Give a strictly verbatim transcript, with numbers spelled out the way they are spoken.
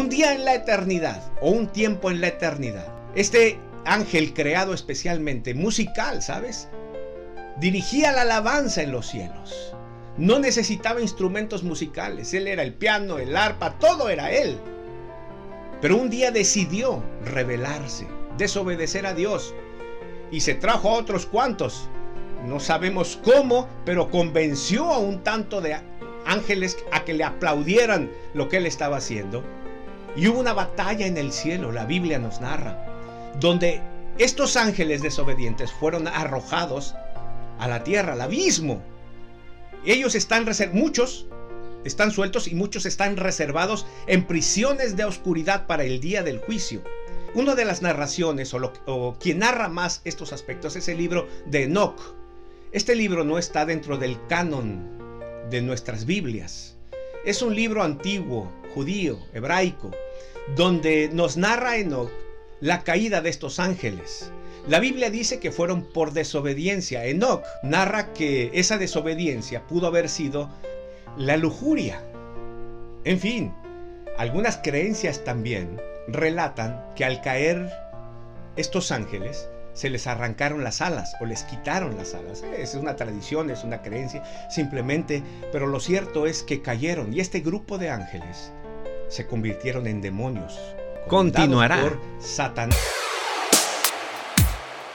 un día en la eternidad o un tiempo en la eternidad. Este ángel creado especialmente, musical, ¿sabes? Dirigía la alabanza en los cielos. No necesitaba instrumentos musicales. Él era el piano, el arpa, todo era él. Pero un día decidió rebelarse, desobedecer a Dios. Y se trajo a otros cuantos. No sabemos cómo, pero convenció a un tanto de ángeles a que le aplaudieran lo que él estaba haciendo. Y hubo una batalla en el cielo, la Biblia nos narra, donde estos ángeles desobedientes fueron arrojados a la tierra, al abismo. Ellos están reservados, muchos están sueltos y muchos están reservados en prisiones de oscuridad para el día del juicio. Una de las narraciones o, lo, o quien narra más estos aspectos es el libro de Enoc. Este libro no está dentro del canon de nuestras Biblias. Es un libro antiguo, judío, hebraico, donde nos narra Enoc la caída de estos ángeles. La Biblia dice que fueron por desobediencia. Enoc narra que esa desobediencia pudo haber sido la lujuria. En fin, algunas creencias también relatan que al caer estos ángeles se les arrancaron las alas o les quitaron las alas. Es una tradición, es una creencia simplemente, pero lo cierto es que cayeron y este grupo de ángeles se convirtieron en demonios. Continuará Por Satanás.